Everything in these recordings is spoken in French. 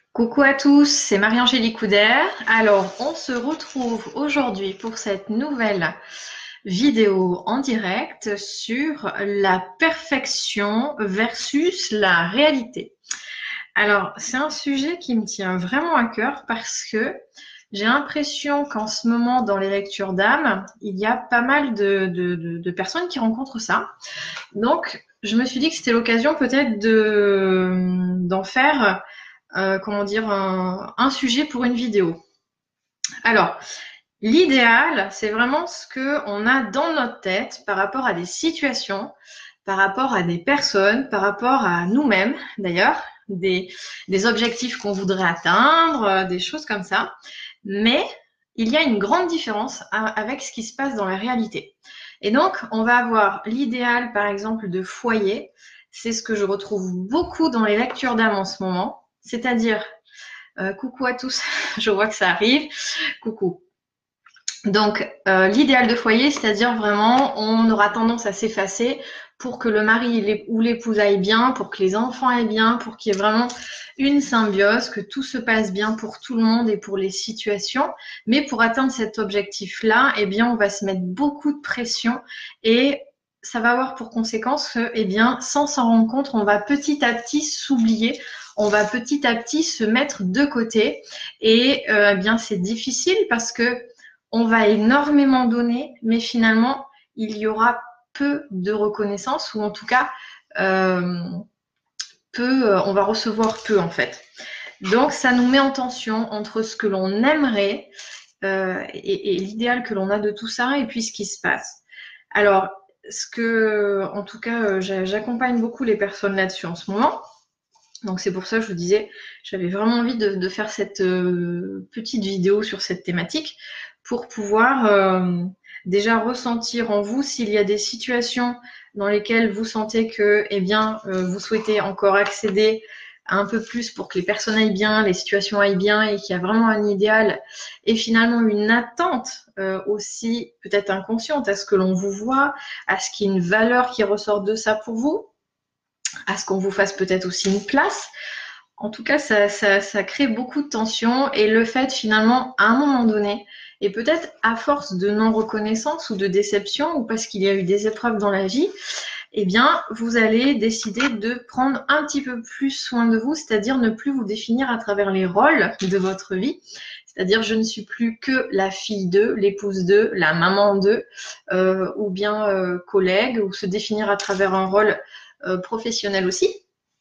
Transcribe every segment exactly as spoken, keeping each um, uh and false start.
Coucou à tous, c'est Marie-Angélique Couder. Alors, on se retrouve aujourd'hui pour cette nouvelle vidéo en direct sur la perfection versus la réalité. Alors, c'est un sujet qui me tient vraiment à cœur parce que j'ai l'impression qu'en ce moment, dans les lectures d'âme, il y a pas mal de, de, de, de personnes qui rencontrent ça. Donc, je me suis dit que c'était l'occasion peut-être de d'en faire euh, comment dire, un, un sujet pour une vidéo. Alors, l'idéal, c'est vraiment ce qu'on a dans notre tête par rapport à des situations, par rapport à des personnes, par rapport à nous-mêmes d'ailleurs, des, des objectifs qu'on voudrait atteindre, des choses comme ça. Mais il y a une grande différence avec ce qui se passe dans la réalité. Et donc, on va avoir l'idéal, par exemple, de foyer. C'est ce que je retrouve beaucoup dans les lectures d'âme en ce moment. C'est-à-dire, euh, coucou à tous, je vois que ça arrive. Coucou. Donc, euh, l'idéal de foyer, c'est-à-dire vraiment, on aura tendance à s'effacer pour que le mari ou l'épouse aille bien, pour que les enfants aillent bien, pour qu'il y ait vraiment une symbiose, que tout se passe bien pour tout le monde et pour les situations. Mais pour atteindre cet objectif-là, eh bien, on va se mettre beaucoup de pression et ça va avoir pour conséquence que, eh bien, sans s'en rendre compte, on va petit à petit s'oublier, on va petit à petit se mettre de côté et euh, eh bien, c'est difficile parce que on va énormément donner, mais finalement, il y aura peu de reconnaissance, ou en tout cas, euh, peu, on va recevoir peu en fait. Donc, ça nous met en tension entre ce que l'on aimerait euh, et, et l'idéal que l'on a de tout ça, et puis ce qui se passe. Alors, ce que, en tout cas, j'accompagne beaucoup les personnes là-dessus en ce moment. Donc c'est pour ça que je vous disais, j'avais vraiment envie de, de faire cette euh, petite vidéo sur cette thématique pour pouvoir euh, déjà ressentir en vous s'il y a des situations dans lesquelles vous sentez que, eh bien, euh, vous souhaitez encore accéder à un peu plus pour que les personnes aillent bien, les situations aillent bien et qu'il y a vraiment un idéal et finalement une attente euh, aussi peut-être inconsciente à ce que l'on vous voit, à ce qu'il y ait une valeur qui ressort de ça pour vous, à ce qu'on vous fasse peut-être aussi une place. En tout cas, ça, ça, ça crée beaucoup de tension et le fait finalement, à un moment donné, et peut-être à force de non-reconnaissance ou de déception ou parce qu'il y a eu des épreuves dans la vie, eh bien, vous allez décider de prendre un petit peu plus soin de vous, c'est-à-dire ne plus vous définir à travers les rôles de votre vie. C'est-à-dire, je ne suis plus que la fille d'eux, l'épouse d'eux, la maman d'eux, euh, ou bien euh, collègue, ou se définir à travers un rôle euh, professionnel aussi.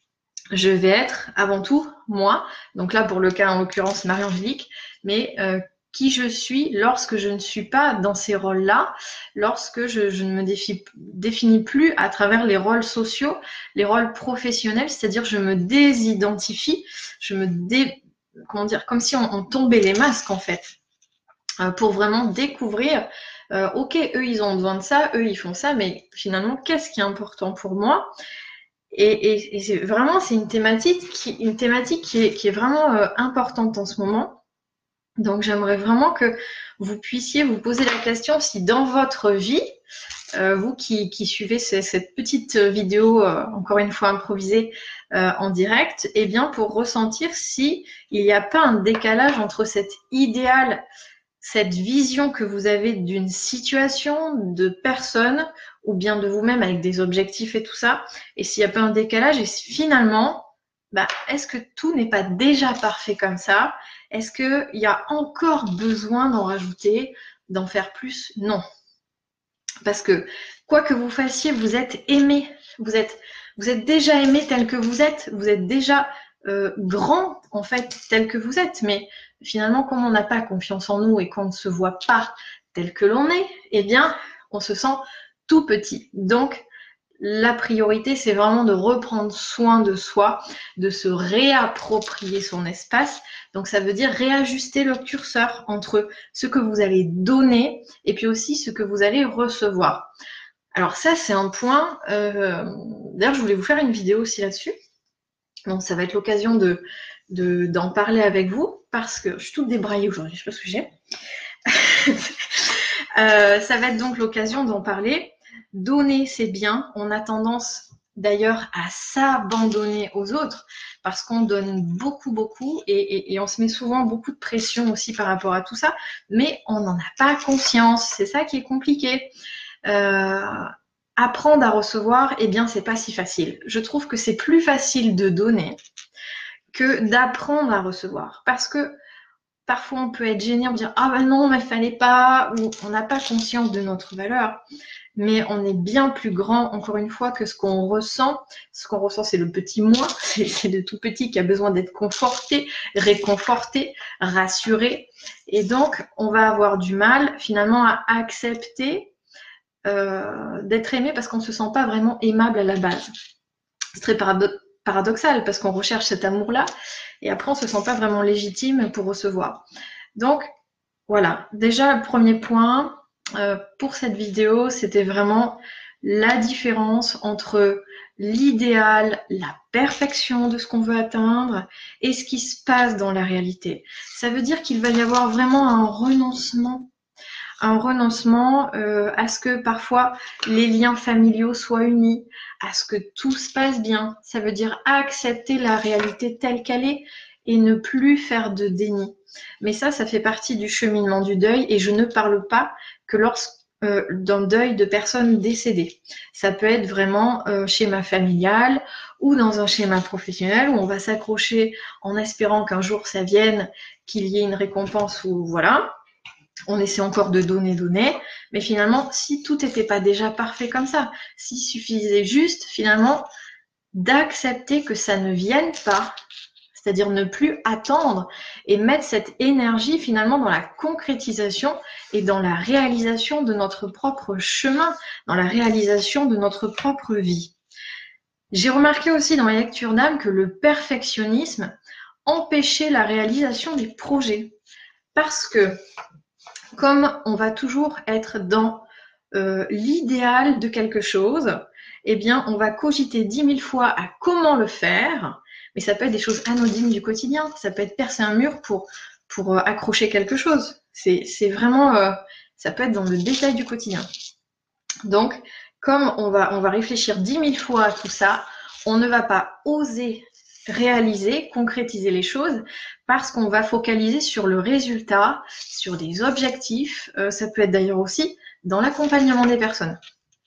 Je vais être avant tout moi, donc là pour le cas en l'occurrence Marie-Angélique, mais euh, qui je suis lorsque je ne suis pas dans ces rôles-là, lorsque je, je ne me défi, définis plus à travers les rôles sociaux, les rôles professionnels, c'est-à-dire je me désidentifie, je me dé, comment dire, comme si on, on tombait les masques en fait, euh, pour vraiment découvrir, euh, ok, eux ils ont besoin de ça, eux ils font ça, mais finalement qu'est-ce qui est important pour moi? Et, et, et c'est vraiment, c'est une thématique qui, une thématique qui est, qui est vraiment euh, importante en ce moment. Donc, j'aimerais vraiment que vous puissiez vous poser la question si dans votre vie, euh, vous qui, qui suivez ce, cette petite vidéo, euh, encore une fois improvisée euh, en direct, eh bien, pour ressentir si il n'y a pas un décalage entre cet idéal, cette vision que vous avez d'une situation, de personne, ou bien de vous-même avec des objectifs et tout ça, et s'il n'y a pas un décalage, et si finalement, bah, est-ce que tout n'est pas déjà parfait comme ça? Est-ce qu'il y a encore besoin d'en rajouter, d'en faire plus? Non. Parce que quoi que vous fassiez, vous êtes aimé, vous êtes, vous êtes déjà aimé tel que vous êtes, vous êtes déjà euh, grand en fait tel que vous êtes, mais finalement comme on n'a pas confiance en nous et qu'on ne se voit pas tel que l'on est, eh bien on se sent tout petit. Donc la priorité, c'est vraiment de reprendre soin de soi, de se réapproprier son espace. Donc, ça veut dire réajuster le curseur entre ce que vous allez donner et puis aussi ce que vous allez recevoir. Alors ça, c'est un point. Euh, D'ailleurs, je voulais vous faire une vidéo aussi là-dessus. Donc, ça va être l'occasion de, de, d'en parler avec vous parce que je suis toute débraillée aujourd'hui, je sais pas ce que j'ai. euh, ça va être donc l'occasion d'en parler. Donner, c'est bien. On a tendance d'ailleurs à s'abandonner aux autres. parce qu'on donne beaucoup, beaucoup et, et, et on se met souvent beaucoup de pression aussi par rapport à tout ça, mais on n'en a pas conscience. C'est ça qui est compliqué. Euh, apprendre à recevoir, eh bien, c'est pas si facile. Je trouve que c'est plus facile de donner que d'apprendre à recevoir, parce que parfois on peut être gêné, on peut dire ah ben non, mais il fallait pas, ou on n'a pas conscience de notre valeur. Mais on est bien plus grand, encore une fois, que ce qu'on ressent. Ce qu'on ressent, c'est le petit moi, c'est le tout petit qui a besoin d'être conforté, réconforté, rassuré. Et donc, on va avoir du mal, finalement, à accepter euh, d'être aimé parce qu'on ne se sent pas vraiment aimable à la base. C'est très parado- paradoxal parce qu'on recherche cet amour-là et après, on ne se sent pas vraiment légitime pour recevoir. Donc, voilà. Déjà, le premier point, Euh, pour cette vidéo, c'était vraiment la différence entre l'idéal, la perfection de ce qu'on veut atteindre et ce qui se passe dans la réalité. Ça veut dire qu'il va y avoir vraiment un renoncement, un renoncement euh, à ce que parfois les liens familiaux soient unis, à ce que tout se passe bien. Ça veut dire accepter la réalité telle qu'elle est et ne plus faire de déni. Mais ça, ça fait partie du cheminement du deuil et je ne parle pas que lorsque euh, d'un deuil de personnes décédées. Ça peut être vraiment un euh, schéma familial ou dans un schéma professionnel où on va s'accrocher en espérant qu'un jour ça vienne, qu'il y ait une récompense ou voilà. On essaie encore de donner, donner, mais finalement, si tout n'était pas déjà parfait comme ça, s'il suffisait juste finalement d'accepter que ça ne vienne pas, c'est-à-dire ne plus attendre et mettre cette énergie finalement dans la concrétisation et dans la réalisation de notre propre chemin, dans la réalisation de notre propre vie. J'ai remarqué aussi dans les lectures d'âme que le perfectionnisme empêchait la réalisation des projets. Parce que, comme on va toujours être dans euh, l'idéal de quelque chose, eh bien, on va cogiter dix mille fois à comment le faire. Mais ça peut être des choses anodines du quotidien. Ça peut être percer un mur pour, pour euh, accrocher quelque chose. C'est, c'est vraiment, euh, ça peut être dans le détail du quotidien. Donc, comme on va, on va réfléchir dix mille fois à tout ça, on ne va pas oser réaliser, concrétiser les choses parce qu'on va focaliser sur le résultat, sur des objectifs. Euh, ça peut être d'ailleurs aussi dans l'accompagnement des personnes.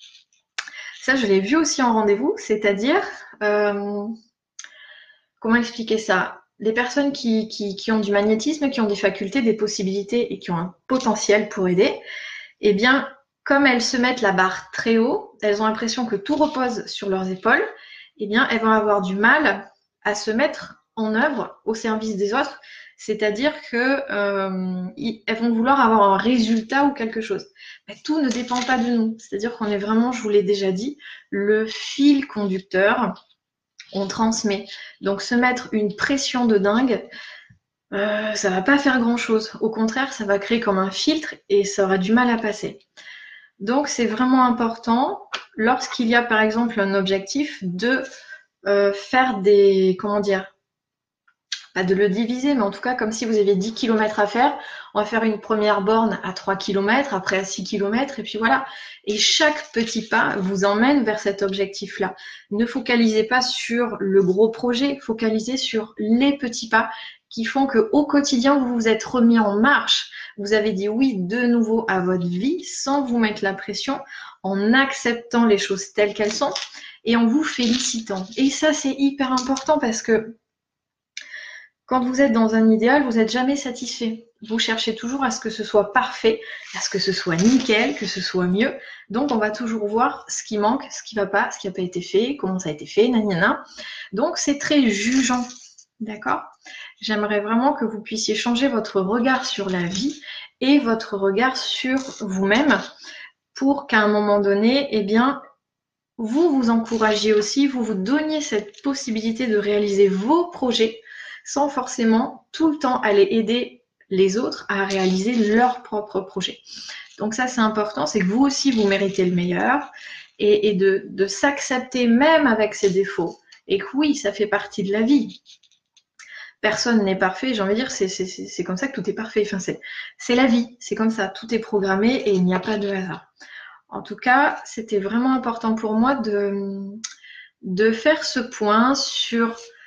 Ça, je l'ai vu aussi en rendez-vous, c'est-à-dire... Euh, Comment expliquer ça? Les personnes qui, qui, qui ont du magnétisme, qui ont des facultés, des possibilités et qui ont un potentiel pour aider, eh bien, comme elles se mettent la barre très haut, elles ont l'impression que tout repose sur leurs épaules, eh bien, elles vont avoir du mal à se mettre en œuvre au service des autres, c'est-à-dire que euh, elles vont vouloir avoir un résultat ou quelque chose. Mais tout ne dépend pas de nous, c'est-à-dire qu'on est vraiment, je vous l'ai déjà dit, le fil conducteur. On transmet. Donc se mettre une pression de dingue, euh, ça va pas faire grand-chose. Au contraire, ça va créer comme un filtre et ça aura du mal à passer. Donc c'est vraiment important, lorsqu'il y a par exemple un objectif, de euh, faire des... Comment dire? Pas de le diviser, mais en tout cas, comme si vous aviez dix kilomètres à faire, on va faire une première borne à trois kilomètres, après à six kilomètres, et puis voilà. Et chaque petit pas vous emmène vers cet objectif-là. Ne focalisez pas sur le gros projet, focalisez sur les petits pas qui font qu'au quotidien, vous vous êtes remis en marche. Vous avez dit oui de nouveau à votre vie sans vous mettre la pression, en acceptant les choses telles qu'elles sont et en vous félicitant. Et ça, c'est hyper important parce que quand vous êtes dans un idéal, vous n'êtes jamais satisfait. Vous cherchez toujours à ce que ce soit parfait, à ce que ce soit nickel, que ce soit mieux. Donc, on va toujours voir ce qui manque, ce qui ne va pas, ce qui n'a pas été fait, comment ça a été fait, nanana. Donc, c'est très jugeant. D'accord? J'aimerais vraiment que vous puissiez changer votre regard sur la vie et votre regard sur vous-même pour qu'à un moment donné, eh bien, vous vous encouragiez aussi, vous vous donniez cette possibilité de réaliser vos projets sans forcément tout le temps aller aider les autres à réaliser leurs propres projets. Donc ça, c'est important, c'est que vous aussi, vous méritez le meilleur et, et de, de s'accepter même avec ses défauts. Et que oui, ça fait partie de la vie. Personne n'est parfait, j'ai envie de dire, c'est, c'est, c'est comme ça que tout est parfait. Enfin, c'est, c'est la vie, c'est comme ça, tout est programmé et il n'y a pas de hasard. En tout cas, c'était vraiment important pour moi de, de faire ce point sur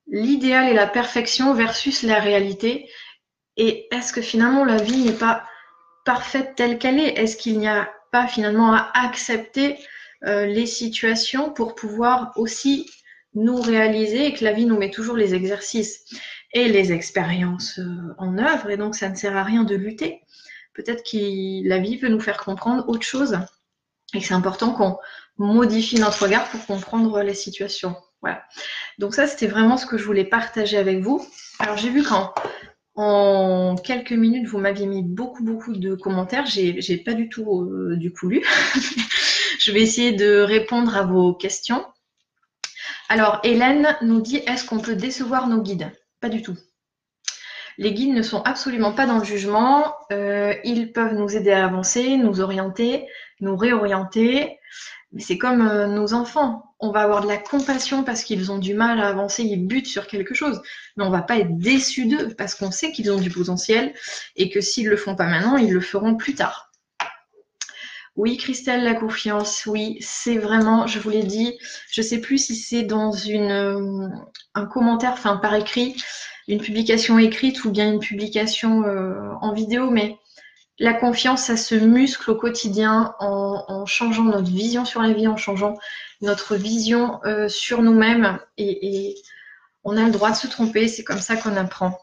l'idéal et la perfection versus la réalité. Et est-ce que finalement la vie n'est pas parfaite telle qu'elle est? Est-ce qu'il n'y a pas finalement à accepter euh, les situations pour pouvoir aussi nous réaliser et que la vie nous met toujours les exercices et les expériences euh, en œuvre, et donc ça ne sert à rien de lutter. Peut-être que la vie veut nous faire comprendre autre chose et que c'est important qu'on modifie notre regard pour comprendre les situations. Voilà. Donc ça, c'était vraiment ce que je voulais partager avec vous. Alors j'ai vu qu'en en quelques minutes, vous m'aviez mis beaucoup, beaucoup de commentaires. J'ai, j'ai pas du tout euh, du coup lu. Je vais essayer de répondre à vos questions. Alors, Hélène nous dit, est-ce qu'on peut décevoir nos guides? Pas du tout. Les guides ne sont absolument pas dans le jugement. Euh, ils peuvent nous aider à avancer, nous orienter, nous réorienter. Mais c'est comme euh, nos enfants. On va avoir de la compassion parce qu'ils ont du mal à avancer, ils butent sur quelque chose. Mais on va pas être déçu d'eux parce qu'on sait qu'ils ont du potentiel et que s'ils le font pas maintenant, ils le feront plus tard. Oui, Christelle, la confiance, oui, c'est vraiment, je vous l'ai dit, je sais plus si c'est dans une, un commentaire, enfin par écrit, une publication écrite ou bien une publication euh, en vidéo, mais la confiance, ça se muscle au quotidien en, en changeant notre vision sur la vie, en changeant notre vision euh, sur nous-mêmes. Et, et on a le droit de se tromper, c'est comme ça qu'on apprend.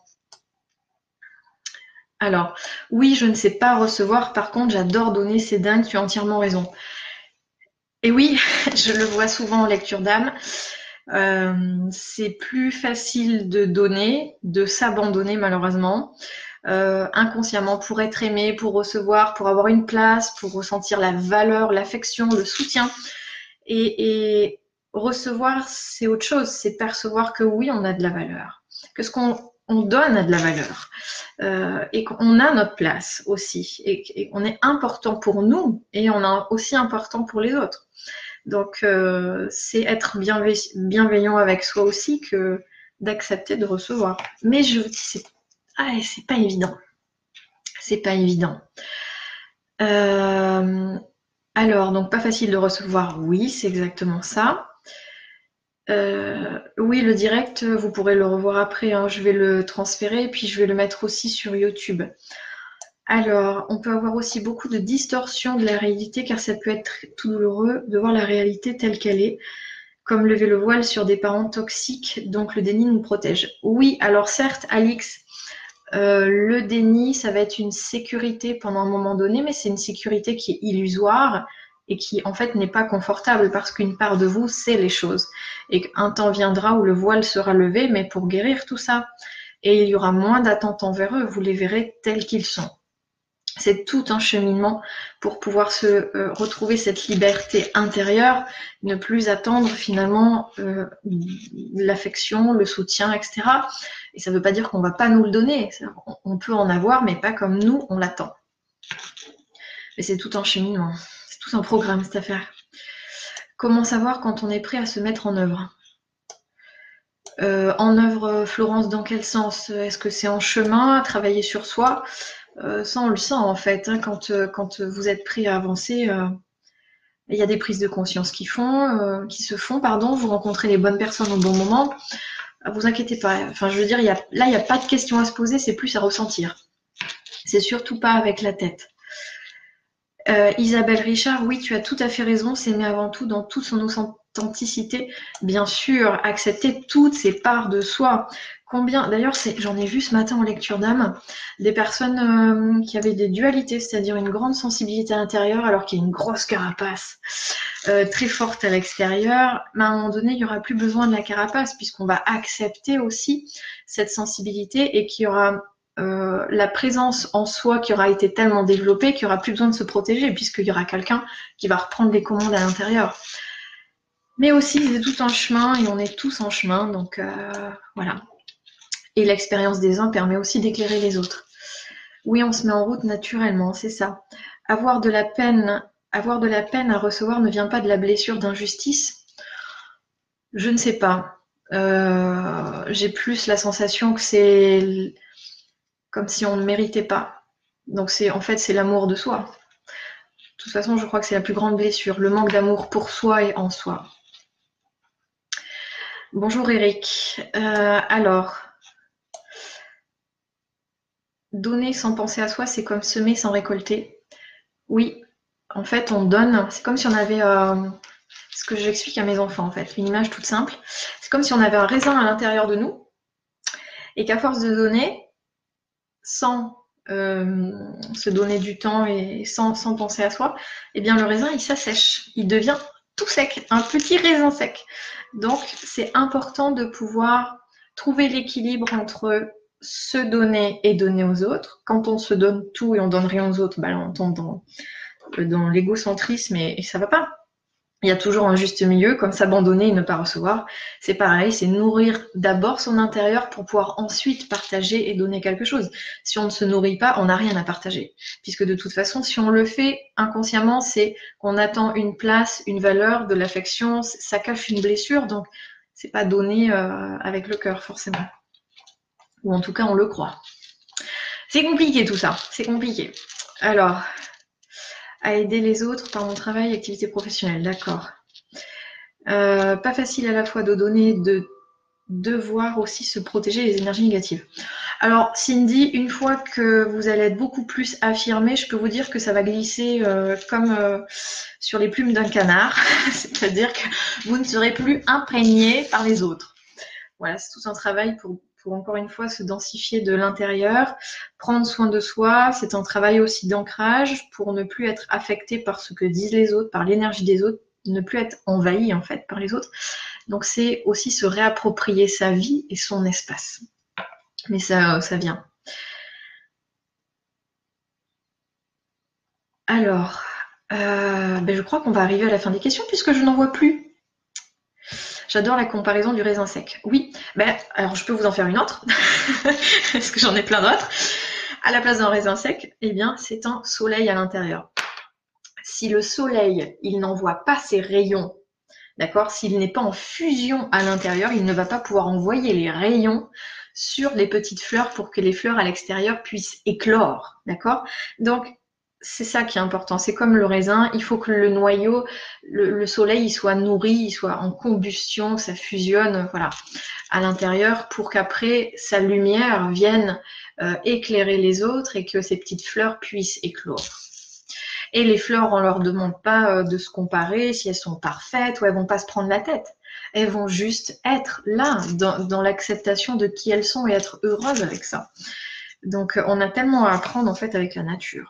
Alors, oui, je ne sais pas recevoir, par contre, j'adore donner, c'est dingue, tu as entièrement raison. Et oui, je le vois souvent en lecture d'âme. Euh, c'est plus facile de donner, de s'abandonner malheureusement. Euh, inconsciemment pour être aimé, pour recevoir, pour avoir une place, pour ressentir la valeur, l'affection, le soutien. Et, et recevoir, c'est autre chose, c'est percevoir que oui, on a de la valeur, que ce qu'on on donne a de la valeur euh, et qu'on a notre place aussi, et, et on est important pour nous et on est aussi important pour les autres. Donc, euh, c'est être bienve- bienveillant avec soi aussi que d'accepter de recevoir. Mais je vous dis, c'est ah, c'est pas évident. C'est pas évident. Euh, alors, donc pas facile de recevoir, oui, c'est exactement ça. Euh, oui, le direct, vous pourrez le revoir après, hein. Je vais le transférer et puis je vais le mettre aussi sur YouTube. Alors, on peut avoir aussi beaucoup de distorsion de la réalité car ça peut être tout douloureux de voir la réalité telle qu'elle est, comme lever le voile sur des parents toxiques, donc le déni nous protège. Oui, alors certes, Alix, Euh, le déni, ça va être une sécurité pendant un moment donné, mais c'est une sécurité qui est illusoire et qui en fait n'est pas confortable parce qu'une part de vous sait les choses et qu'un temps viendra où le voile sera levé, mais pour guérir tout ça. Et il y aura moins d'attentes envers eux, vous les verrez tels qu'ils sont. C'est tout un cheminement pour pouvoir se euh, retrouver cette liberté intérieure, ne plus attendre finalement euh, l'affection, le soutien, et cetera. Et ça ne veut pas dire qu'on ne va pas nous le donner. On peut en avoir, mais pas comme nous, on l'attend. Mais c'est tout un cheminement. C'est tout un programme, cette affaire. Comment savoir quand on est prêt à se mettre en œuvre? euh, En œuvre, Florence, dans quel sens? Est-ce que c'est en chemin, à travailler sur soi? Euh, ça, on le sent en fait, hein, quand, euh, quand vous êtes prêt à avancer, euh, il y a des prises de conscience qui, font, euh, qui se font, pardon, vous rencontrez les bonnes personnes au bon moment. Ah, vous inquiétez pas, enfin je veux dire, il y a, là il n'y a pas de questions à se poser, c'est plus à ressentir. C'est surtout pas avec la tête. Euh, Isabelle Richard, oui, tu as tout à fait raison, s'aimer avant tout dans toute son authenticité, bien sûr, accepter toutes ces parts de soi. Combien, d'ailleurs, j'en ai vu ce matin en lecture d'âme, des personnes euh, qui avaient des dualités, c'est-à-dire une grande sensibilité intérieure alors qu'il y a une grosse carapace euh, très forte à l'extérieur. Mais à un moment donné, il n'y aura plus besoin de la carapace puisqu'on va accepter aussi cette sensibilité et qu'il y aura Euh, la présence en soi qui aura été tellement développée qu'il n'y aura plus besoin de se protéger puisqu'il y aura quelqu'un qui va reprendre les commandes à l'intérieur. Mais aussi, c'est tout un chemin et on est tous en chemin, donc euh, voilà. Et l'expérience des uns permet aussi d'éclairer les autres. Oui, on se met en route naturellement, c'est ça. Avoir de la peine, avoir de la peine à recevoir ne vient pas de la blessure d'injustice. Je ne sais pas. Euh, j'ai plus la sensation que c'est comme si on ne méritait pas. Donc c'est en fait c'est l'amour de soi. De toute façon, je crois que c'est la plus grande blessure, le manque d'amour pour soi et en soi. Bonjour Eric. Euh, alors, donner sans penser à soi, c'est comme semer sans récolter. Oui, en fait, on donne. C'est comme si on avait, euh, ce que j'explique à mes enfants en fait, une image toute simple. C'est comme si on avait un raisin à l'intérieur de nous et qu'à force de donner, sans euh, se donner du temps et sans, sans penser à soi, eh bien le raisin il s'assèche, il devient tout sec, un petit raisin sec. Donc c'est important de pouvoir trouver l'équilibre entre se donner et donner aux autres. Quand on se donne tout et on donne rien aux autres, bah là, on tombe dans, dans l'égocentrisme et, et ça va pas. Il y a toujours un juste milieu, comme s'abandonner et ne pas recevoir. C'est pareil, c'est nourrir d'abord son intérieur pour pouvoir ensuite partager et donner quelque chose. Si on ne se nourrit pas, on n'a rien à partager. Puisque de toute façon, si on le fait inconsciemment, c'est qu'on attend une place, une valeur, de l'affection, ça cache une blessure, donc c'est pas donné euh, avec le cœur forcément. Ou en tout cas, on le croit. C'est compliqué tout ça, c'est compliqué. Alors, à aider les autres par mon travail et activité professionnelle, d'accord. Euh, pas facile à la fois de donner, de devoir aussi se protéger des énergies négatives. Alors Cindy, une fois que vous allez être beaucoup plus affirmé, je peux vous dire que ça va glisser euh, comme euh, sur les plumes d'un canard, c'est-à-dire que vous ne serez plus imprégné par les autres. Voilà, c'est tout un travail pour, pour encore une fois se densifier de l'intérieur, prendre soin de soi, c'est un travail aussi d'ancrage pour ne plus être affecté par ce que disent les autres, par l'énergie des autres, ne plus être envahi en fait par les autres. Donc c'est aussi se réapproprier sa vie et son espace. Mais ça, ça vient. Alors, euh, ben je crois qu'on va arriver à la fin des questions puisque je n'en vois plus. J'adore la comparaison du raisin sec. Oui, ben alors je peux vous en faire une autre parce que j'en ai plein d'autres. À la place d'un raisin sec, eh bien c'est un soleil à l'intérieur. Si le soleil, il n'envoie pas ses rayons, d'accord, s'il n'est pas en fusion à l'intérieur, il ne va pas pouvoir envoyer les rayons sur les petites fleurs pour que les fleurs à l'extérieur puissent éclore, d'accord. Donc c'est ça qui est important, c'est comme le raisin, il faut que le noyau, le, le soleil, il soit nourri, il soit en combustion, ça fusionne, voilà, à l'intérieur pour qu'après sa lumière vienne euh, éclairer les autres et que ces petites fleurs puissent éclore. Et les fleurs, on leur demande pas de se comparer si elles sont parfaites ou elles vont pas se prendre la tête. Elles vont juste être là, dans, dans l'acceptation de qui elles sont et être heureuses avec ça. Donc, on a tellement à apprendre en fait avec la nature.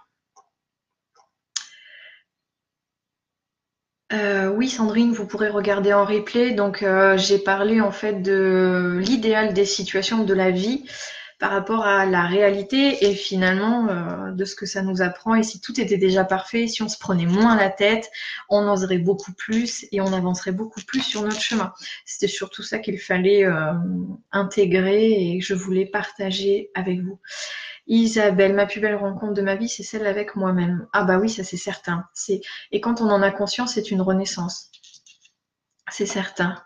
Euh, oui, Sandrine, vous pourrez regarder en replay. Donc, euh, j'ai parlé en fait de l'idéal des situations de la vie par rapport à la réalité et finalement euh, de ce que ça nous apprend. Et si tout était déjà parfait, si on se prenait moins la tête, on oserait beaucoup plus et on avancerait beaucoup plus sur notre chemin. C'était surtout ça qu'il fallait euh, intégrer et que je voulais partager avec vous. Isabelle, ma plus belle rencontre de ma vie, c'est celle avec moi-même. Ah bah oui, ça c'est certain. C'est... Et quand on en a conscience, c'est une renaissance. C'est certain.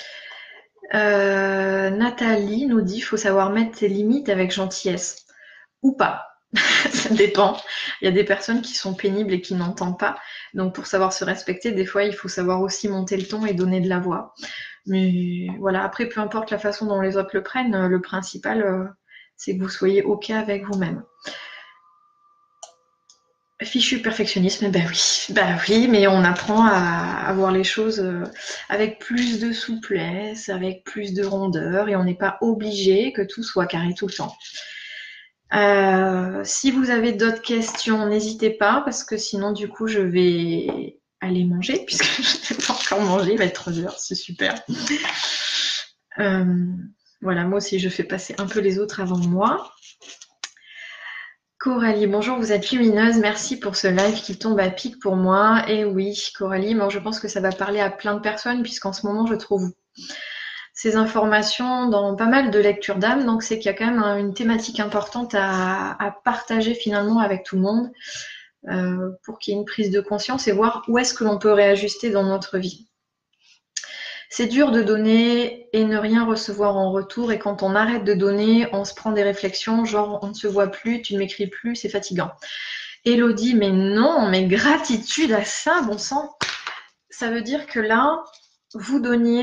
Euh, Nathalie nous dit, il faut savoir mettre ses limites avec gentillesse. Ou pas. Ça dépend. Il y a des personnes qui sont pénibles et qui n'entendent pas. Donc pour savoir se respecter, des fois, il faut savoir aussi monter le ton et donner de la voix. Mais voilà, après, peu importe la façon dont les autres le prennent, le principal, euh, c'est que vous soyez OK avec vous-même. Fichu perfectionnisme, ben oui, ben oui, mais on apprend à, à voir les choses avec plus de souplesse, avec plus de rondeur, et on n'est pas obligé que tout soit carré tout le temps. Euh, si vous avez d'autres questions, n'hésitez pas, parce que sinon, du coup, je vais aller manger, puisque je n'ai pas encore mangé, il va être trois heures, c'est super. Euh, voilà, moi aussi, je fais passer un peu les autres avant moi. Coralie, bonjour, vous êtes lumineuse, merci pour ce live qui tombe à pic pour moi. Et oui, Coralie, moi je pense que ça va parler à plein de personnes puisqu'en ce moment je trouve ces informations dans pas mal de lectures d'âme, donc c'est qu'il y a quand même une thématique importante à, à partager finalement avec tout le monde euh, pour qu'il y ait une prise de conscience et voir où est-ce que l'on peut réajuster dans notre vie. C'est dur de donner et ne rien recevoir en retour. Et quand on arrête de donner, on se prend des réflexions, genre on ne se voit plus, tu ne m'écris plus, c'est fatigant. Élodie, mais non, mais gratitude à ça, bon sang. Ça veut dire que là, vous donniez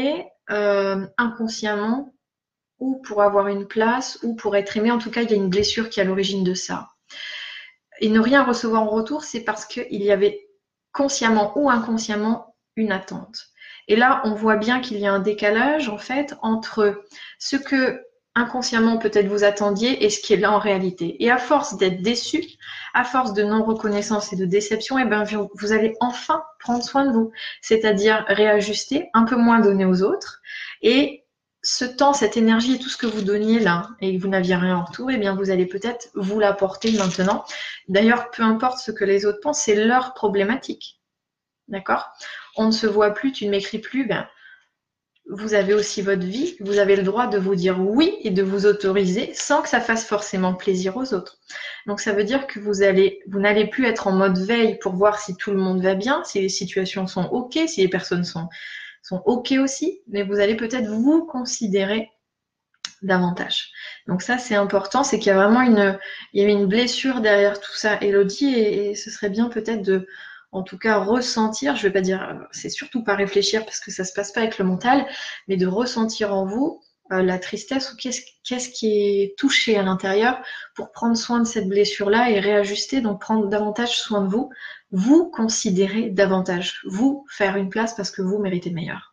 euh, inconsciemment, ou pour avoir une place, ou pour être aimé. En tout cas, il y a une blessure qui est à l'origine de ça. Et ne rien recevoir en retour, c'est parce qu'il y avait consciemment ou inconsciemment une attente. Et là, on voit bien qu'il y a un décalage, en fait, entre ce que inconsciemment peut-être vous attendiez et ce qui est là en réalité. Et à force d'être déçu, à force de non-reconnaissance et de déception, eh ben, vous allez enfin prendre soin de vous, c'est-à-dire réajuster, un peu moins donner aux autres, et ce temps, cette énergie et tout ce que vous donniez là et que vous n'aviez rien en retour, eh bien vous allez peut-être vous l'apporter maintenant. D'ailleurs, peu importe ce que les autres pensent, c'est leur problématique. D'accord? On ne se voit plus, tu ne m'écris plus, ben, vous avez aussi votre vie, vous avez le droit de vous dire oui et de vous autoriser sans que ça fasse forcément plaisir aux autres. Donc ça veut dire que vous allez, vous n'allez plus être en mode veille pour voir si tout le monde va bien, si les situations sont ok, si les personnes sont, sont ok aussi, mais vous allez peut-être vous considérer davantage. Donc ça, c'est important, c'est qu'il y a vraiment une, il y a une blessure derrière tout ça, Élodie, et, et ce serait bien peut-être de, en tout cas, ressentir, je vais pas dire, c'est surtout pas réfléchir parce que ça se passe pas avec le mental, mais de ressentir en vous euh, la tristesse ou qu'est-ce, qu'est-ce qui est touché à l'intérieur pour prendre soin de cette blessure-là et réajuster, donc prendre davantage soin de vous, vous considérer davantage, vous faire une place parce que vous méritez meilleur.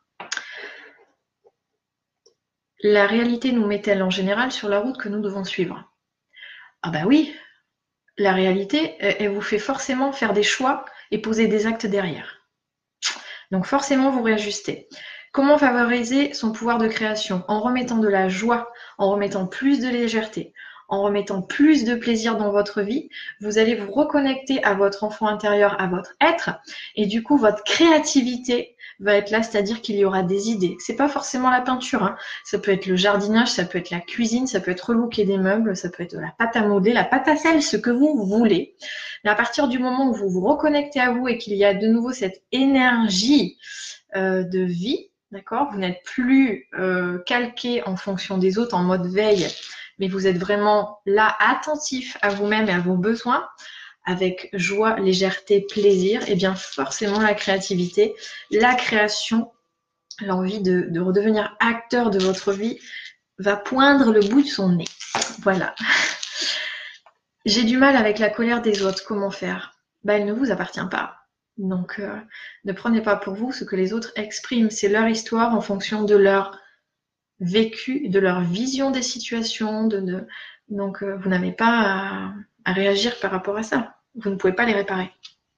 La réalité nous met-elle en général sur la route que nous devons suivre? Ah bah oui, la réalité, elle vous fait forcément faire des choix et poser des actes derrière. Donc forcément, vous réajustez. Comment favoriser son pouvoir de création? En remettant de la joie, en remettant plus de légèreté, en remettant plus de plaisir dans votre vie, vous allez vous reconnecter à votre enfant intérieur, à votre être, et du coup, votre créativité va être là, c'est-à-dire qu'il y aura des idées. C'est pas forcément la peinture, hein. Ça peut être le jardinage, ça peut être la cuisine, ça peut être relooker des meubles, ça peut être la pâte à modeler, la pâte à sel, ce que vous voulez. Mais à partir du moment où vous vous reconnectez à vous et qu'il y a de nouveau cette énergie euh, de vie, d'accord, vous n'êtes plus euh, calqué en fonction des autres en mode veille, mais vous êtes vraiment là, attentif à vous-même et à vos besoins, avec joie, légèreté, plaisir, et bien forcément la créativité, la création, l'envie de, de redevenir acteur de votre vie va poindre le bout de son nez. Voilà. J'ai du mal avec la colère des autres, comment faire? Bah, elle ne vous appartient pas. Donc, euh, ne prenez pas pour vous ce que les autres expriment. C'est leur histoire en fonction de leur vécu, de leur vision des situations. De, de... Donc, euh, vous n'avez pas à, à réagir par rapport à ça. Vous ne pouvez pas les réparer.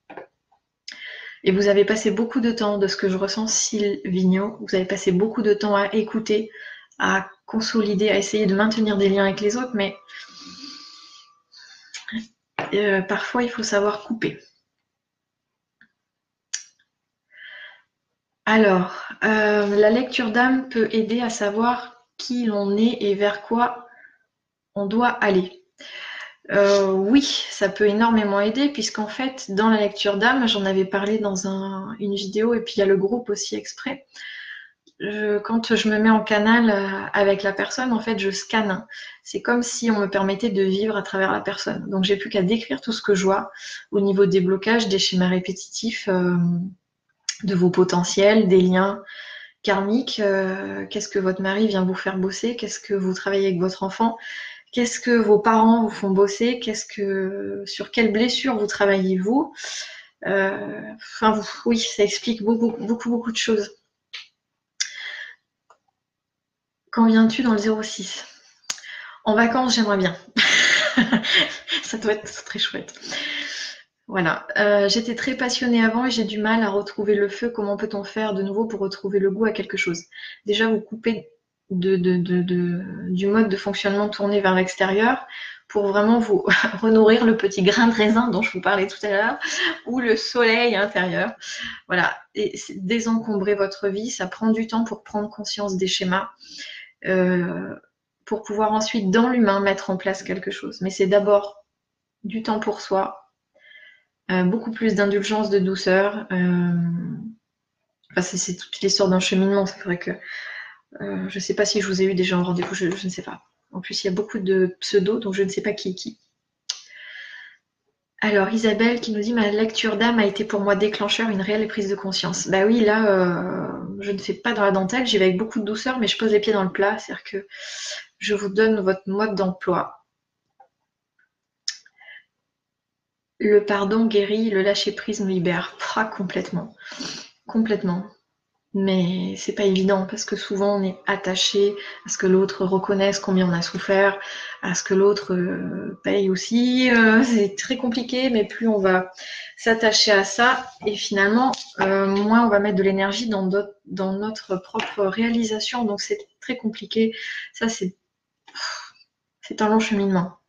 Et vous avez passé beaucoup de temps, de ce que je ressens, Sylvigno, vous avez passé beaucoup de temps à écouter, à consolider, à essayer de maintenir des liens avec les autres, mais euh, parfois il faut savoir couper. Alors, euh, la lecture d'âme peut aider à savoir qui l'on est et vers quoi on doit aller. Euh, oui, ça peut énormément aider puisqu'en fait, dans la lecture d'âme, j'en avais parlé dans un, une vidéo et puis il y a le groupe aussi exprès. Je, quand je me mets en canal avec la personne, en fait, je scanne. C'est comme si on me permettait de vivre à travers la personne. Donc, j'ai plus qu'à décrire tout ce que je vois au niveau des blocages, des schémas répétitifs, euh, de vos potentiels, des liens karmiques. Euh, qu'est-ce que votre mari vient vous faire bosser? Qu'est-ce que vous travaillez avec votre enfant? Qu'est-ce que vos parents vous font bosser? Qu'est-ce que, sur quelles blessures vous travaillez vous? euh, Enfin, vous, oui, ça explique beaucoup, beaucoup, beaucoup de choses. Quand viens-tu dans le zéro six? En vacances, j'aimerais bien. Ça doit être très chouette. Voilà. Euh, j'étais très passionnée avant et j'ai du mal à retrouver le feu. Comment peut-on faire de nouveau pour retrouver le goût à quelque chose? Déjà, vous coupez de, de, de, de, du mode de fonctionnement tourné vers l'extérieur pour vraiment vous renourrir le petit grain de raisin dont je vous parlais tout à l'heure ou le soleil intérieur. Voilà. Et désencombrer votre vie, ça prend du temps pour prendre conscience des schémas. Euh, pour pouvoir ensuite, dans l'humain, mettre en place quelque chose. Mais c'est d'abord du temps pour soi, euh, beaucoup plus d'indulgence, de douceur. Euh... Enfin, c'est toute l'histoire d'un cheminement. C'est vrai que euh, je ne sais pas si je vous ai eu déjà en rendez-vous, je, je ne sais pas. En plus, il y a beaucoup de pseudos, donc je ne sais pas qui est qui. Alors, Isabelle qui nous dit « Ma lecture d'âme a été pour moi déclencheur, une réelle prise de conscience. » Bah oui, là, euh, je ne fais pas dans la dentelle, j'y vais avec beaucoup de douceur, mais je pose les pieds dans le plat, c'est-à-dire que je vous donne votre mode d'emploi. Le pardon guérit, le lâcher-prise me libère. Ah, complètement. Complètement. Mais c'est pas évident parce que souvent on est attaché à ce que l'autre reconnaisse combien on a souffert, à ce que l'autre euh, paye aussi. Euh, c'est très compliqué, mais plus on va s'attacher à ça et finalement, euh, moins on va mettre de l'énergie dans, dans notre propre réalisation. Donc c'est très compliqué. Ça, c'est c'est un long cheminement.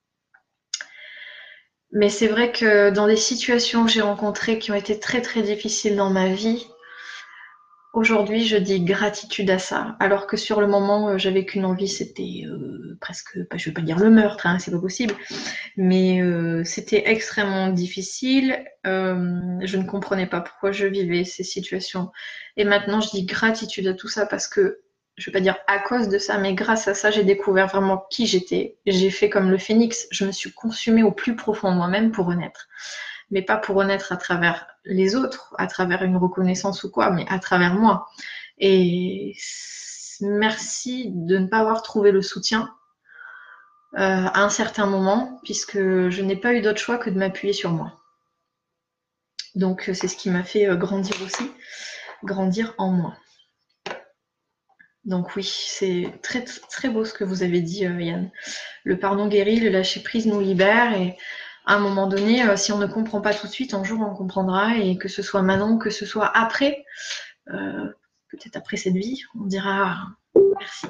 Mais c'est vrai que dans des situations que j'ai rencontrées qui ont été très très difficiles dans ma vie, aujourd'hui, je dis gratitude à ça, alors que sur le moment, euh, j'avais qu'une envie, c'était euh, presque, bah, je ne veux pas dire le meurtre, hein, c'est pas possible, mais euh, c'était extrêmement difficile. Euh, je ne comprenais pas pourquoi je vivais ces situations. Et maintenant, je dis gratitude à tout ça parce que, je ne vais pas dire à cause de ça, mais grâce à ça, j'ai découvert vraiment qui j'étais. J'ai fait comme le phénix, je me suis consumée au plus profond de moi-même pour renaître. Mais pas pour renaître à travers les autres, à travers une reconnaissance ou quoi, mais à travers moi. Et merci de ne pas avoir trouvé le soutien euh, à un certain moment, puisque je n'ai pas eu d'autre choix que de m'appuyer sur moi. Donc c'est ce qui m'a fait grandir aussi, grandir en moi. Donc oui, c'est très très beau ce que vous avez dit, euh, Yann. Le pardon guérit, le lâcher prise nous libère et à un moment donné, euh, si on ne comprend pas tout de suite, un jour on comprendra et que ce soit maintenant, que ce soit après, euh, peut-être après cette vie, on dira merci.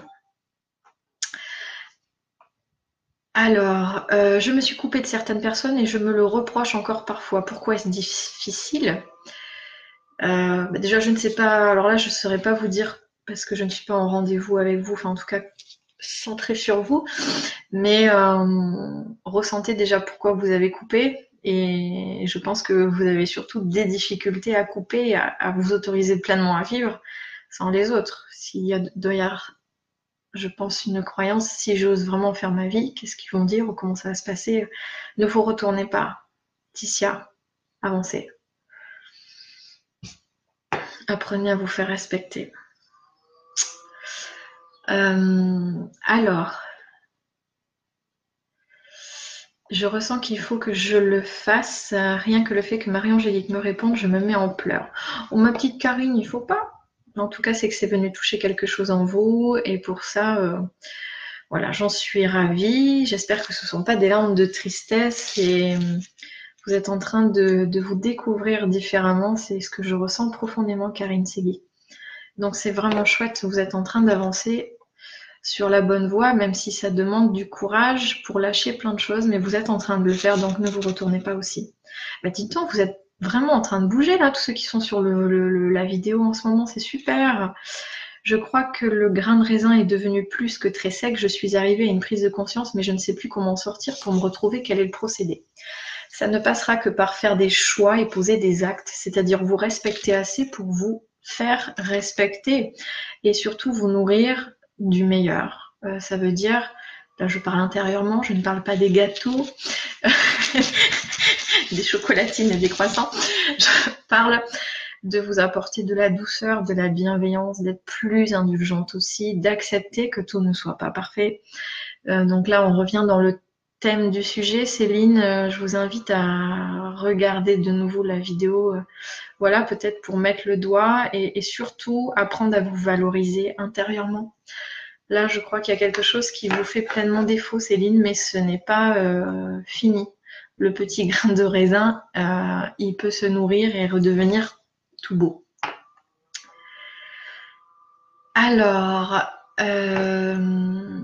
Alors, euh, je me suis coupée de certaines personnes et je me le reproche encore parfois. Pourquoi est-ce difficile? euh, bah Déjà, je ne sais pas, alors là, je ne saurais pas vous dire parce que je ne suis pas en rendez-vous avec vous, enfin en tout cas centré sur vous, mais euh, ressentez déjà pourquoi vous avez coupé et je pense que vous avez surtout des difficultés à couper, à, à vous autoriser pleinement à vivre sans les autres. S'il y a d'ailleurs, je pense, une croyance, si j'ose vraiment faire ma vie, qu'est-ce qu'ils vont dire ou comment ça va se passer? Ne vous retournez pas. Ticia, avancez. Apprenez à vous faire respecter. Euh, alors, je ressens qu'il faut que je le fasse. Rien que le fait que Marie-Angélique me réponde, je me mets en pleurs. Oh, ma petite Karine, il faut pas. En tout cas, c'est que c'est venu toucher quelque chose en vous. Et pour ça, euh, voilà, j'en suis ravie. J'espère que ce ne sont pas des larmes de tristesse. Et vous êtes en train de, de vous découvrir différemment. C'est ce que je ressens profondément, Karine Segui. Donc, c'est vraiment chouette. Vous êtes en train d'avancer sur la bonne voie, même si ça demande du courage pour lâcher plein de choses, mais vous êtes en train de le faire, donc ne vous retournez pas aussi. Bah, dites-donc, vous êtes vraiment en train de bouger là, tous ceux qui sont sur le, le, la vidéo en ce moment, c'est super. Je crois que le grain de raisin est devenu plus que très sec. Je suis arrivée à une prise de conscience, mais je ne sais plus comment sortir pour me retrouver. Quel est le procédé? Ça ne passera que par faire des choix et poser des actes, c'est-à-dire vous respecter assez pour vous faire respecter et surtout vous nourrir du meilleur. Euh, ça veut dire, là je parle intérieurement, je ne parle pas des gâteaux, des chocolatines et des croissants, je parle de vous apporter de la douceur, de la bienveillance, d'être plus indulgente aussi, d'accepter que tout ne soit pas parfait. Euh, donc là, on revient dans le thème du sujet. Céline, euh, je vous invite à regarder de nouveau la vidéo, euh, voilà, peut-être pour mettre le doigt et, et surtout apprendre à vous valoriser intérieurement. Là, je crois qu'il y a quelque chose qui vous fait pleinement défaut, Céline, mais ce n'est pas euh, fini. Le petit grain de raisin, euh, il peut se nourrir et redevenir tout beau. Alors, euh,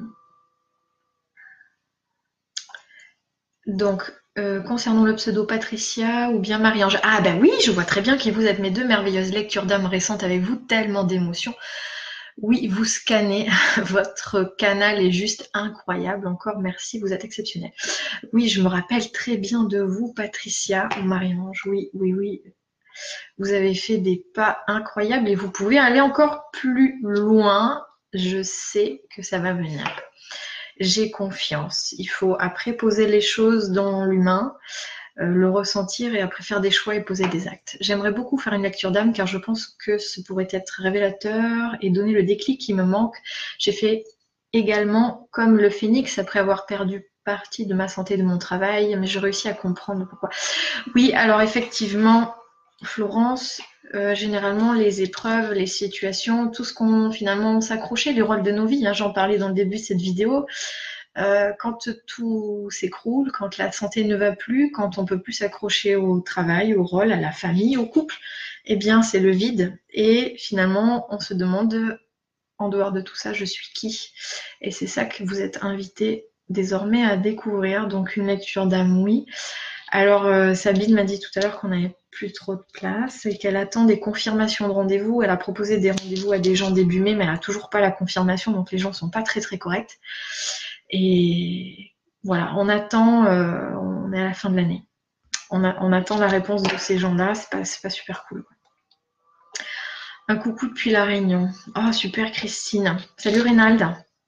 donc, euh, concernant le pseudo Patricia ou bien Marie-Ange. Ah ben oui, je vois très bien que vous êtes mes deux merveilleuses lectures d'âme récentes avec vous, tellement d'émotions. Oui, vous scannez, votre canal est juste incroyable. Encore merci, vous êtes exceptionnel. Oui, je me rappelle très bien de vous, Patricia ou Marie-Ange. Oui, oui, oui. Vous avez fait des pas incroyables et vous pouvez aller encore plus loin. Je sais que ça va venir. J'ai confiance. Il faut après poser les choses dans l'humain. euh, le ressentir et après faire des choix et poser des actes. J'aimerais beaucoup faire une lecture d'âme car je pense que ce pourrait être révélateur et donner le déclic qui me manque. J'ai fait également comme le phénix après avoir perdu partie de ma santé et de mon travail, mais j'ai réussi à comprendre pourquoi. Oui, alors effectivement, Florence, euh, généralement les épreuves, les situations, tout ce qu'on finalement s'accrochait, le rôle de nos vies, hein, j'en parlais dans le début de cette vidéo, euh, quand tout s'écroule, quand la santé ne va plus, quand on peut plus s'accrocher au travail, au rôle, à la famille, au couple, eh bien c'est le vide et finalement on se demande en dehors de tout ça, je suis qui? Et c'est ça que vous êtes invité désormais à découvrir. Donc une lecture d'âme, oui. Alors euh, Sabine m'a dit tout à l'heure qu'on n'avait plus trop de place et qu'elle attend des confirmations de rendez-vous. Elle a proposé des rendez-vous à des gens début mai, mais elle n'a toujours pas la confirmation, donc les gens ne sont pas très très corrects. Et voilà, on attend, euh, on est à la fin de l'année. On, a, on attend la réponse de ces gens-là, c'est pas, c'est pas super cool. Un coucou depuis La Réunion. Oh, super, Christine. Salut, Reynald.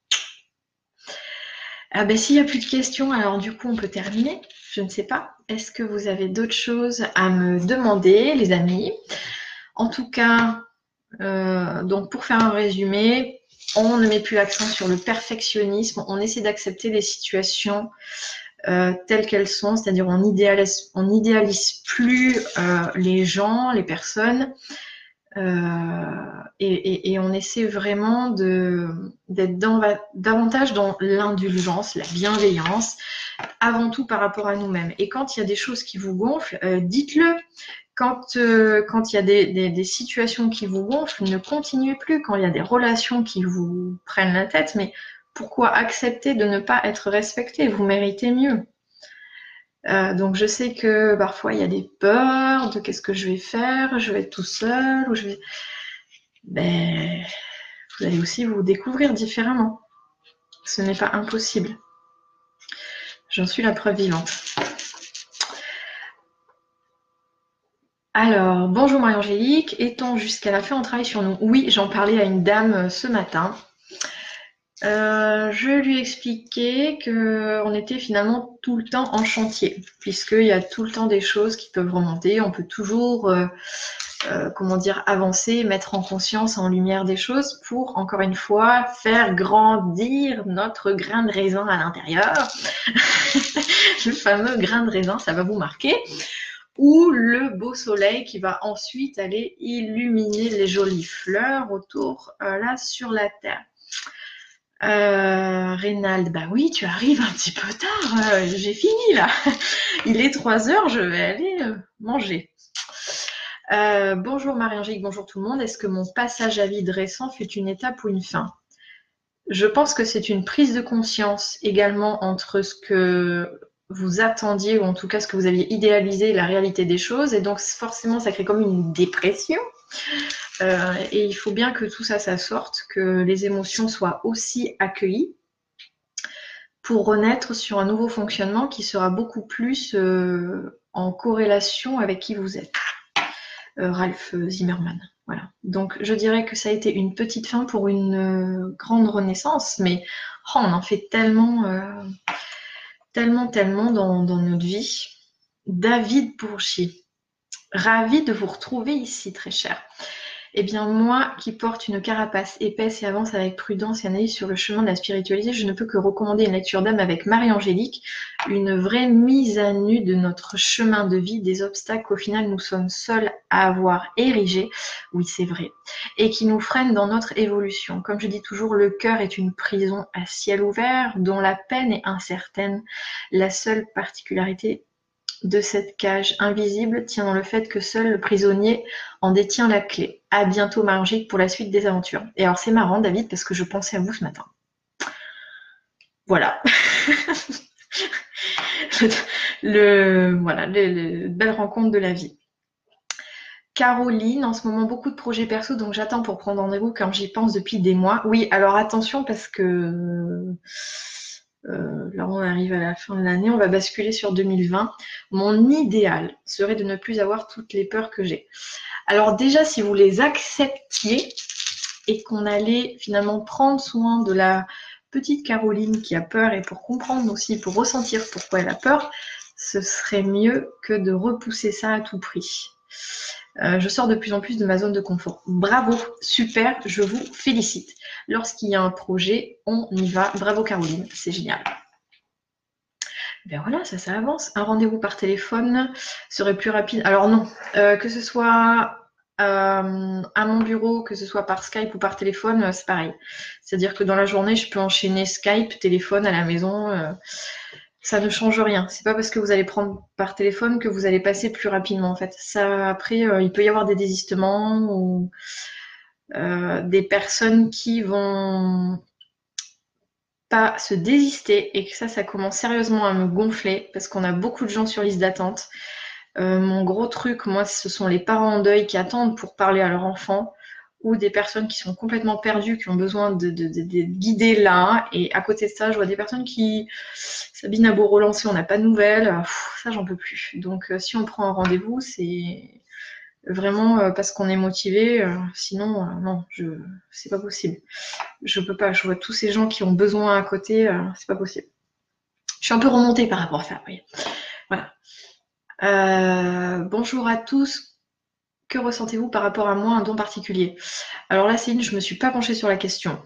Ah ben, s'il n'y a plus de questions, alors du coup, on peut terminer. Je ne sais pas. Est-ce que vous avez d'autres choses à me demander, les amis? En tout cas, euh, donc pour faire un résumé, on ne met plus l'accent sur le perfectionnisme. On essaie d'accepter les situations euh, telles qu'elles sont, c'est-à-dire on idéalise, on n'idéalise plus euh, les gens, les personnes. Euh, et, et, et on essaie vraiment de, d'être dans, davantage dans l'indulgence, la bienveillance, avant tout par rapport à nous-mêmes. Et quand il y a des choses qui vous gonflent, euh, dites-le. Quand, euh, quand il y a des, des, des situations qui vous gonflent, ne continuez plus. Quand il y a des relations qui vous prennent la tête, mais pourquoi accepter de ne pas être respecté? Vous méritez mieux. Euh, donc je sais que parfois il y a des peurs de qu'est-ce que je vais faire, je vais être tout seul, ou je vais... Ben, vous allez aussi vous découvrir différemment. Ce n'est pas impossible. J'en suis la preuve vivante. Alors, bonjour Marie-Angélique, est-on jusqu'à la fin, on travaille sur nous? Oui, j'en parlais à une dame ce matin. Euh, je lui expliquais qu'on était finalement tout le temps en chantier, puisqu'il y a tout le temps des choses qui peuvent remonter, on peut toujours... Euh, Euh, comment dire, avancer, mettre en conscience, en lumière des choses pour, encore une fois, faire grandir notre grain de raisin à l'intérieur. Le fameux grain de raisin, ça va vous marquer. Ou le beau soleil qui va ensuite aller illuminer les jolies fleurs autour, euh, là, sur la terre. Euh, Reynald, bah oui, tu arrives un petit peu tard, euh, j'ai fini là. Il est trois heures, je vais aller euh, manger. Euh, bonjour Marie-Angélique, bonjour tout le monde. Est-ce que mon passage à vide récent fut une étape ou une fin? Je pense que c'est une prise de conscience également entre ce que vous attendiez, ou en tout cas ce que vous aviez idéalisé, et la réalité des choses. Et donc forcément, ça crée comme une dépression. Euh, et il faut bien que tout ça, ça sorte, que les émotions soient aussi accueillies pour renaître sur un nouveau fonctionnement qui sera beaucoup plus euh, en corrélation avec qui vous êtes. Euh, Ralph Zimmerman. Voilà. Donc je dirais que ça a été une petite fin pour une euh, grande renaissance, mais oh, on en fait tellement, euh, tellement, tellement dans, dans notre vie. David Bourgi, ravi de vous retrouver ici, très cher. Eh bien, moi qui porte une carapace épaisse et avance avec prudence et analyse sur le chemin de la spiritualité, je ne peux que recommander une lecture d'âme avec Marie-Angélique, une vraie mise à nu de notre chemin de vie, des obstacles qu'au final nous sommes seuls à avoir érigés, oui c'est vrai, et qui nous freinent dans notre évolution. Comme je dis toujours, le cœur est une prison à ciel ouvert dont la peine est incertaine. La seule particularité de cette cage invisible tient dans le fait que seul le prisonnier en détient la clé. À bientôt Marie-Angélique pour la suite des aventures. Et alors c'est marrant David parce que je pensais à vous ce matin. Voilà. le, voilà, le, le, belle rencontre de la vie. Caroline, en ce moment beaucoup de projets perso, donc j'attends pour prendre rendez-vous quand j'y pense depuis des mois. Oui, alors attention parce que Euh, là, on arrive à la fin de l'année, on va basculer sur deux mille vingt. Mon idéal serait de ne plus avoir toutes les peurs que j'ai. Alors déjà, si vous les acceptiez et qu'on allait finalement prendre soin de la petite Caroline qui a peur et pour comprendre aussi, pour ressentir pourquoi elle a peur, ce serait mieux que de repousser ça à tout prix. Euh, je sors de plus en plus de ma zone de confort. Bravo, super, je vous félicite. Lorsqu'il y a un projet, on y va. Bravo Caroline, c'est génial. Ben voilà, ça, ça avance. Un rendez-vous par téléphone serait plus rapide. Alors non, euh, que ce soit euh, à mon bureau, que ce soit par Skype ou par téléphone, euh, c'est pareil. C'est-à-dire que dans la journée, je peux enchaîner Skype, téléphone à la maison. Euh, ça ne change rien. C'est pas parce que vous allez prendre par téléphone que vous allez passer plus rapidement en fait. Ça, après, euh, il peut y avoir des désistements ou euh, des personnes qui vont pas se désister et que ça, ça commence sérieusement à me gonfler parce qu'on a beaucoup de gens sur liste d'attente. Euh, mon gros truc, moi, ce sont les parents en deuil qui attendent pour parler à leur enfant ou des personnes qui sont complètement perdues, qui ont besoin de, de, de, de guider là. Et à côté de ça, je vois des personnes qui... Sabine a beau relancer, on n'a pas de nouvelles. Pff, ça, j'en peux plus. Donc, euh, si on prend un rendez-vous, c'est vraiment euh, parce qu'on est motivé. Euh, sinon, euh, non, je... c'est pas possible. Je peux pas. Je vois tous ces gens qui ont besoin à côté. Euh, c'est pas possible. Je suis un peu remontée par rapport à ça. Oui. Voilà. Euh, bonjour à tous. Que ressentez-vous par rapport à moi, un don particulier? Alors là, Céline, je ne me suis pas penchée sur la question.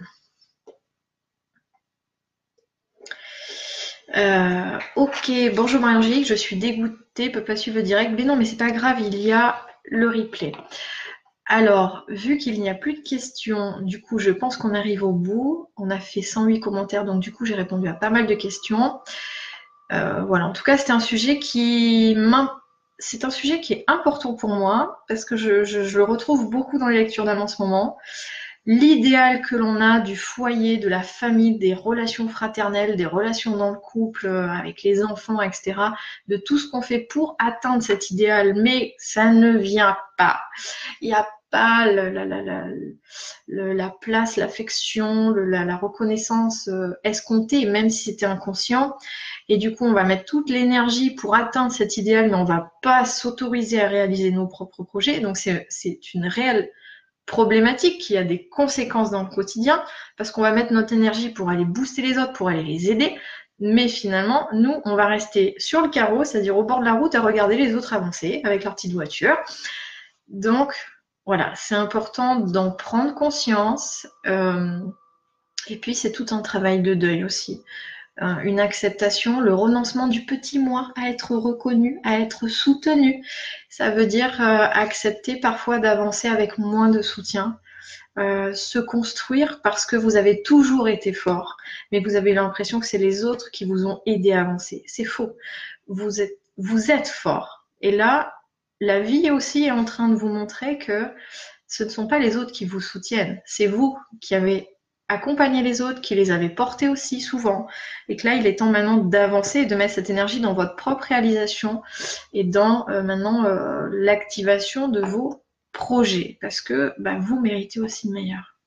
Euh, ok, bonjour Marie-Angélique, je suis dégoûtée, peut pas suivre le direct. Mais non, mais c'est pas grave, il y a le replay. Alors, vu qu'il n'y a plus de questions, du coup, je pense qu'on arrive au bout. On a fait cent huit commentaires, donc du coup, j'ai répondu à pas mal de questions. Euh, voilà, en tout cas, c'était un sujet qui m'importe. C'est un sujet qui est important pour moi parce que je, je, je le retrouve beaucoup dans les lectures d'âme en ce moment. L'idéal que l'on a du foyer, de la famille, des relations fraternelles, des relations dans le couple, avec les enfants, et cetera, de tout ce qu'on fait pour atteindre cet idéal, mais ça ne vient pas. Il n'y a pas la, la, la, la, la place, l'affection, la, la reconnaissance escomptée, même si c'était inconscient. Et du coup, on va mettre toute l'énergie pour atteindre cet idéal, mais on ne va pas s'autoriser à réaliser nos propres projets. Donc, c'est, c'est une réelle problématique qui a des conséquences dans le quotidien, parce qu'on va mettre notre énergie pour aller booster les autres, pour aller les aider. Mais finalement, nous, on va rester sur le carreau, c'est-à-dire au bord de la route, à regarder les autres avancer avec leur petite voiture. Donc, voilà, c'est important d'en prendre conscience. Euh, et puis, c'est tout un travail de deuil aussi. Une acceptation, le renoncement du petit moi à être reconnu, à être soutenu. Ça veut dire euh, accepter parfois d'avancer avec moins de soutien, euh, se construire parce que vous avez toujours été fort, mais vous avez l'impression que c'est les autres qui vous ont aidé à avancer. C'est faux. Vous êtes, vous êtes fort. Et là, la vie aussi est en train de vous montrer que ce ne sont pas les autres qui vous soutiennent, c'est vous qui avez accompagner les autres, qui les avaient portés aussi souvent, et que là, il est temps maintenant d'avancer et de mettre cette énergie dans votre propre réalisation et dans euh, maintenant euh, l'activation de vos projets, parce que bah, vous méritez aussi le meilleur.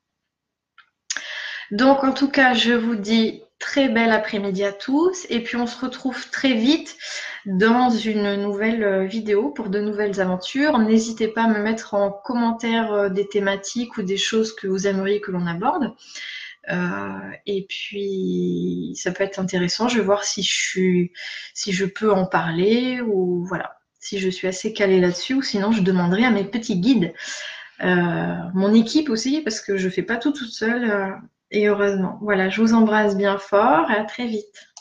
Donc, en tout cas, je vous dis très bel après-midi à tous, et puis on se retrouve très vite dans une nouvelle vidéo pour de nouvelles aventures. N'hésitez pas à me mettre en commentaire des thématiques ou des choses que vous aimeriez que l'on aborde. Euh, et puis ça peut être intéressant. Je vais voir si je suis, si je peux en parler ou voilà, si je suis assez calée là-dessus, ou sinon je demanderai à mes petits guides, euh, mon équipe aussi, parce que je fais pas tout toute seule. Euh, et heureusement. Voilà, je vous embrasse bien fort et à très vite.